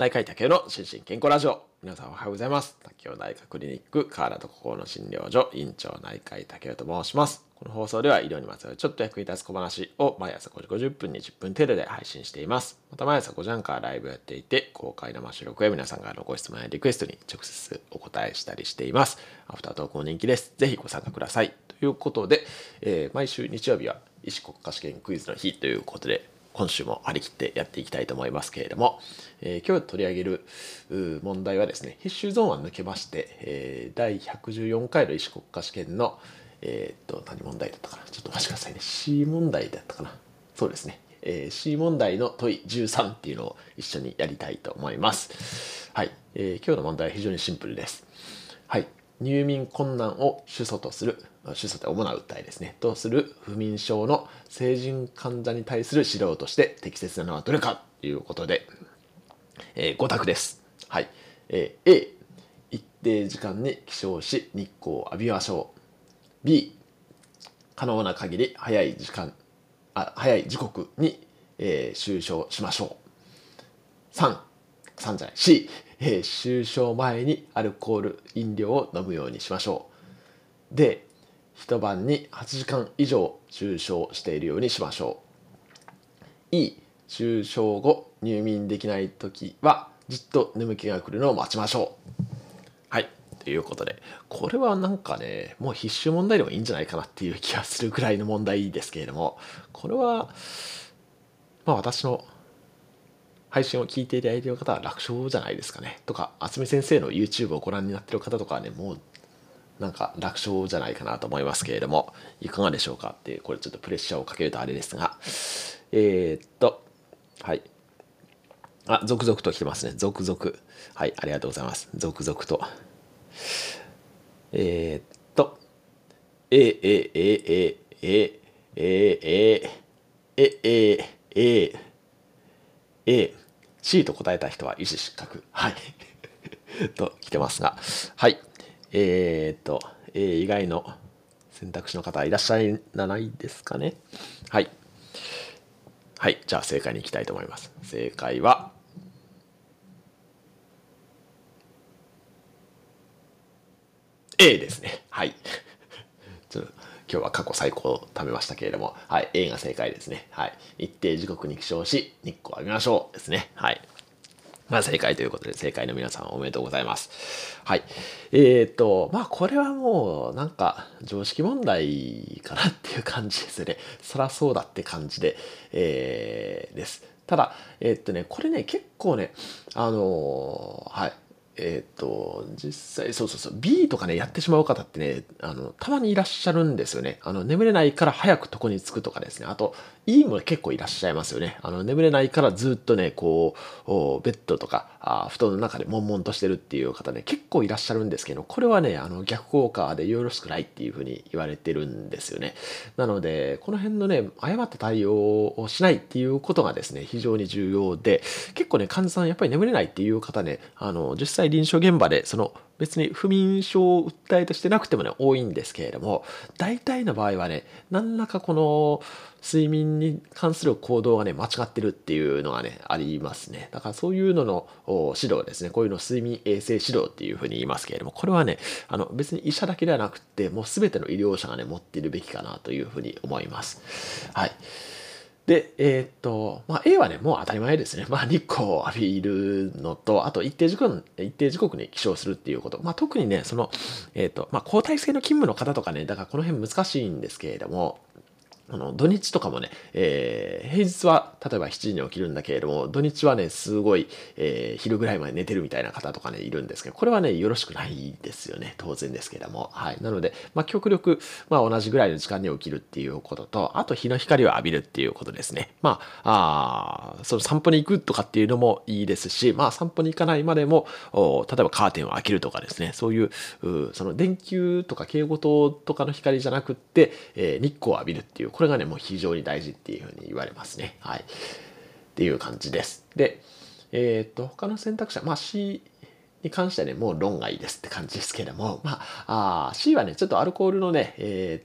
内科医竹雄の心身健康ラジオ。皆さんおはようございます。竹雄内科クリニック河原と心の診療所院長内科医竹雄と申します。この放送では医療にまつわるちょっと役に立つ小話を毎朝5時50分に10分程度で配信しています。また毎朝5時半からライブやっていて、公開生収録や皆さんからのご質問やリクエストに直接お答えしたりしています。アフタートークも人気です。ぜひご参加ください。ということで、毎週日曜日は医師国家試験クイズの日ということで、今週も張り切ってやっていきたいと思いますけれども、今日取り上げる問題はですね、必修ゾーンは抜けまして、第114回の医師国家試験の、何問題だったかな、ちょっとお待ちくださいね。 C 問題だったかな。そうですね、C 問題の問い13っていうのを一緒にやりたいと思います。はい、今日の問題は非常にシンプルです。はい、入眠困難を主訴とする、主訴って主な訴えですね、とする不眠症の成人患者に対する指導として適切なのはどれかということで、5択です。はい。A、一定時間に起床し日光を浴びましょう。B、可能な限り早い時刻に、就寝しましょう。3じゃない C、就寝前にアルコール飲料を飲むようにしましょう。D、一晩に8時間以上就寝しているようにしましょう。E、就寝後入眠できないときはじっと眠気が来るのを待ちましょう。はい、ということで、これはなんかね、もう必修問題でもいいんじゃないかなっていう気がするくらいの問題ですけれども、これは私の配信を聞いていただいている方は楽勝じゃないですかね。とか、渥美先生の YouTube をご覧になっている方とかはね、もうなんか楽勝じゃないかなと思いますけれども、いかがでしょうかって、これちょっとプレッシャーをかけるとあれですが、はい。続々と来てますね。続々。はい、ありがとうございます。続々と。えーっと、え、え、え、え、え、え、え、え、え、え、C と答えた人は医師失格。はい。と来てますが。はい。A 以外の選択肢の方いらっしゃらないですかね。はい。はい。じゃあ正解に行きたいと思います。正解は、A ですね。はい。ちょっと今日は過去最高を食べましたけれども、はい。A が正解ですね。はい。一定時刻に起床し、日光を浴びましょうですね。はい。正解ということで、正解の皆さんおめでとうございます。はい。これはもう、なんか、常識問題かなっていう感じですね。そらそうだって感じで、です。ただ、これね、結構ね、はい。実際、B とかね、やってしまう方ってね、たまにいらっしゃるんですよね。眠れないから早く床に着くとかですね。あと、E も結構いらっしゃいますよね。眠れないからずっとね、こう、ベッドとか、布団の中で悶々としてるっていう方ね、結構いらっしゃるんですけど、これはね、逆効果でよろしくないっていうふうに言われてるんですよね。なので、この辺のね、誤った対応をしないっていうことがですね、非常に重要で、結構ね、患者さんやっぱり眠れないっていう方ね、実際臨床現場で、別に不眠症を訴えとしてなくてもね、多いんですけれども、大体の場合はね、何らかこの睡眠に関する行動がね、間違ってるっていうのがね、ありますね。だからそういうのの指導ですね。こういうのを睡眠衛生指導っていうふうに言いますけれども、これはね、別に医者だけではなくて、もう全ての医療者がね、持っているべきかなというふうに思います。はい。で、A はね、もう当たり前ですね。日光を浴びるのと、あと一定時刻に起床するっていうこと。特にね、交代制の勤務の方とかね、だからこの辺難しいんですけれども、土日とかもね、平日は例えば7時に起きるんだけれども、土日はね、すごい、昼ぐらいまで寝てるみたいな方とかね、いるんですけど、これはね、よろしくないですよね。当然ですけれども。はい。なので、極力、同じぐらいの時間に起きるっていうことと、あと日の光を浴びるっていうことですね。その散歩に行くとかっていうのもいいですし、散歩に行かないまでも、例えばカーテンを開けるとかですね、そういう、その電球とか蛍光灯とかの光じゃなくって、日光を浴びるっていう、これがね、もう非常に大事っていうふうに言われますね。はい。っていう感じです。で、他の選択肢は、C に関してはね、もう論外ですって感じですけれども、C はね、ちょっとアルコールのね、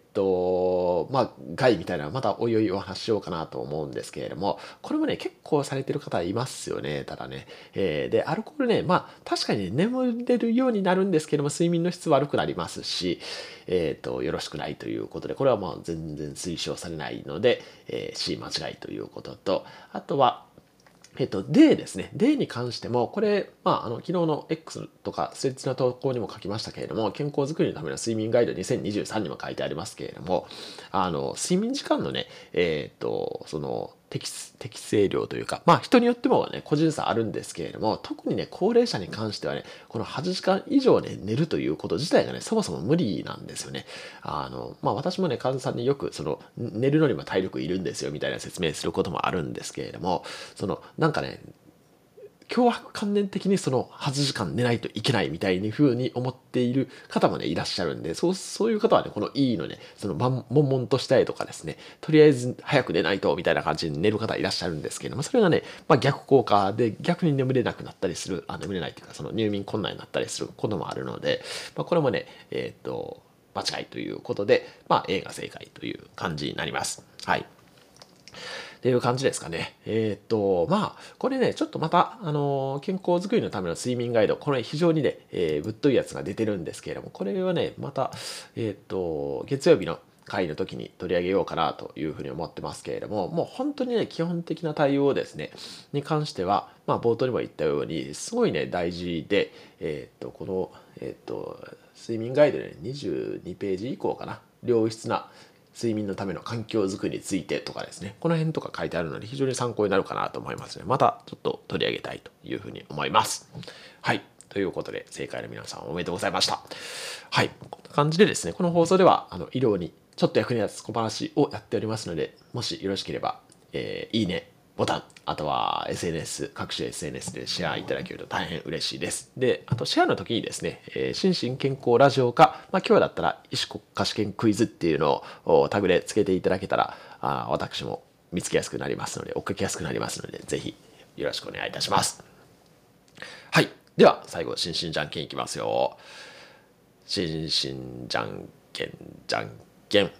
害みたいなのはまたおいおいお話ししようかなと思うんですけれども、これもね、結構されてる方いますよね、ただね。で、アルコールね、確かに、ね、眠れるようになるんですけども、睡眠の質悪くなりますし、よろしくないということで、これは全然推奨されないので、C 間違いということと、あとは、D ですね。D に関しても、これ、昨日の X とか、スレッズの投稿にも書きましたけれども、健康づくりのための睡眠ガイド2023にも書いてありますけれども、睡眠時間のね、その、適正量というか、人によってもね、個人差あるんですけれども、特にね、高齢者に関してはね、この8時間以上ね、寝るということ自体がね、そもそも無理なんですよね。私もね、患者さんによく、寝るのにも体力いるんですよ、みたいな説明することもあるんですけれども、なんかね、強迫観念的に8時間寝ないといけないみたいに風に思っている方もね、いらっしゃるんで、そういう方はね、この E のね、悶々としたいとかですね、とりあえず早く寝ないとみたいな感じに寝る方いらっしゃるんですけれども、それがね、逆効果で逆に眠れなくなったりする、眠れないっていうか、入眠困難になったりすることもあるので、これもね、間違いということで、A が正解という感じになります。はい。っていう感じですかね。これね、ちょっとまた、健康づくりのための睡眠ガイド、これ非常にね、ぶっといやつが出てるんですけれども、これはね、また、月曜日の会の時に取り上げようかなというふうに思ってますけれども、もう本当にね、基本的な対応ですね、に関しては、冒頭にも言ったように、すごいね、大事で、この、睡眠ガイドで、ね、22ページ以降かな、良質な睡眠のための環境づくりについてとかですね、この辺とか書いてあるので非常に参考になるかなと思いますね。またちょっと取り上げたいというふうに思います。はい。ということで、正解の皆さんおめでとうございました。はい。こんな感じでですね、この放送では、医療にちょっと役に立つ小話をやっておりますので、もしよろしければ、いいね、ボタン、あとは SNS、各種 SNS でシェアいただけると大変嬉しいです。で、あとシェアの時にですね、心身健康ラジオか、今日だったら医師国家試験クイズっていうのをタグでつけていただけたら、私も見つけやすくなりますので、追っかけやすくなりますので、ぜひよろしくお願いいたします。はい。では、最後、心身じゃんけんいきますよ。心身じゃんけん、じゃんけん。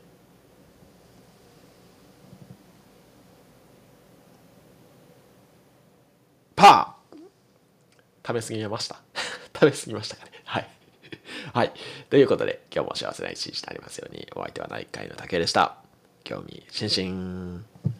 パー食べ過ぎました。食べ過ぎましたかね。はい。はい。ということで、今日も幸せな一日になりますように、お相手は内科医の竹でした。興味津々。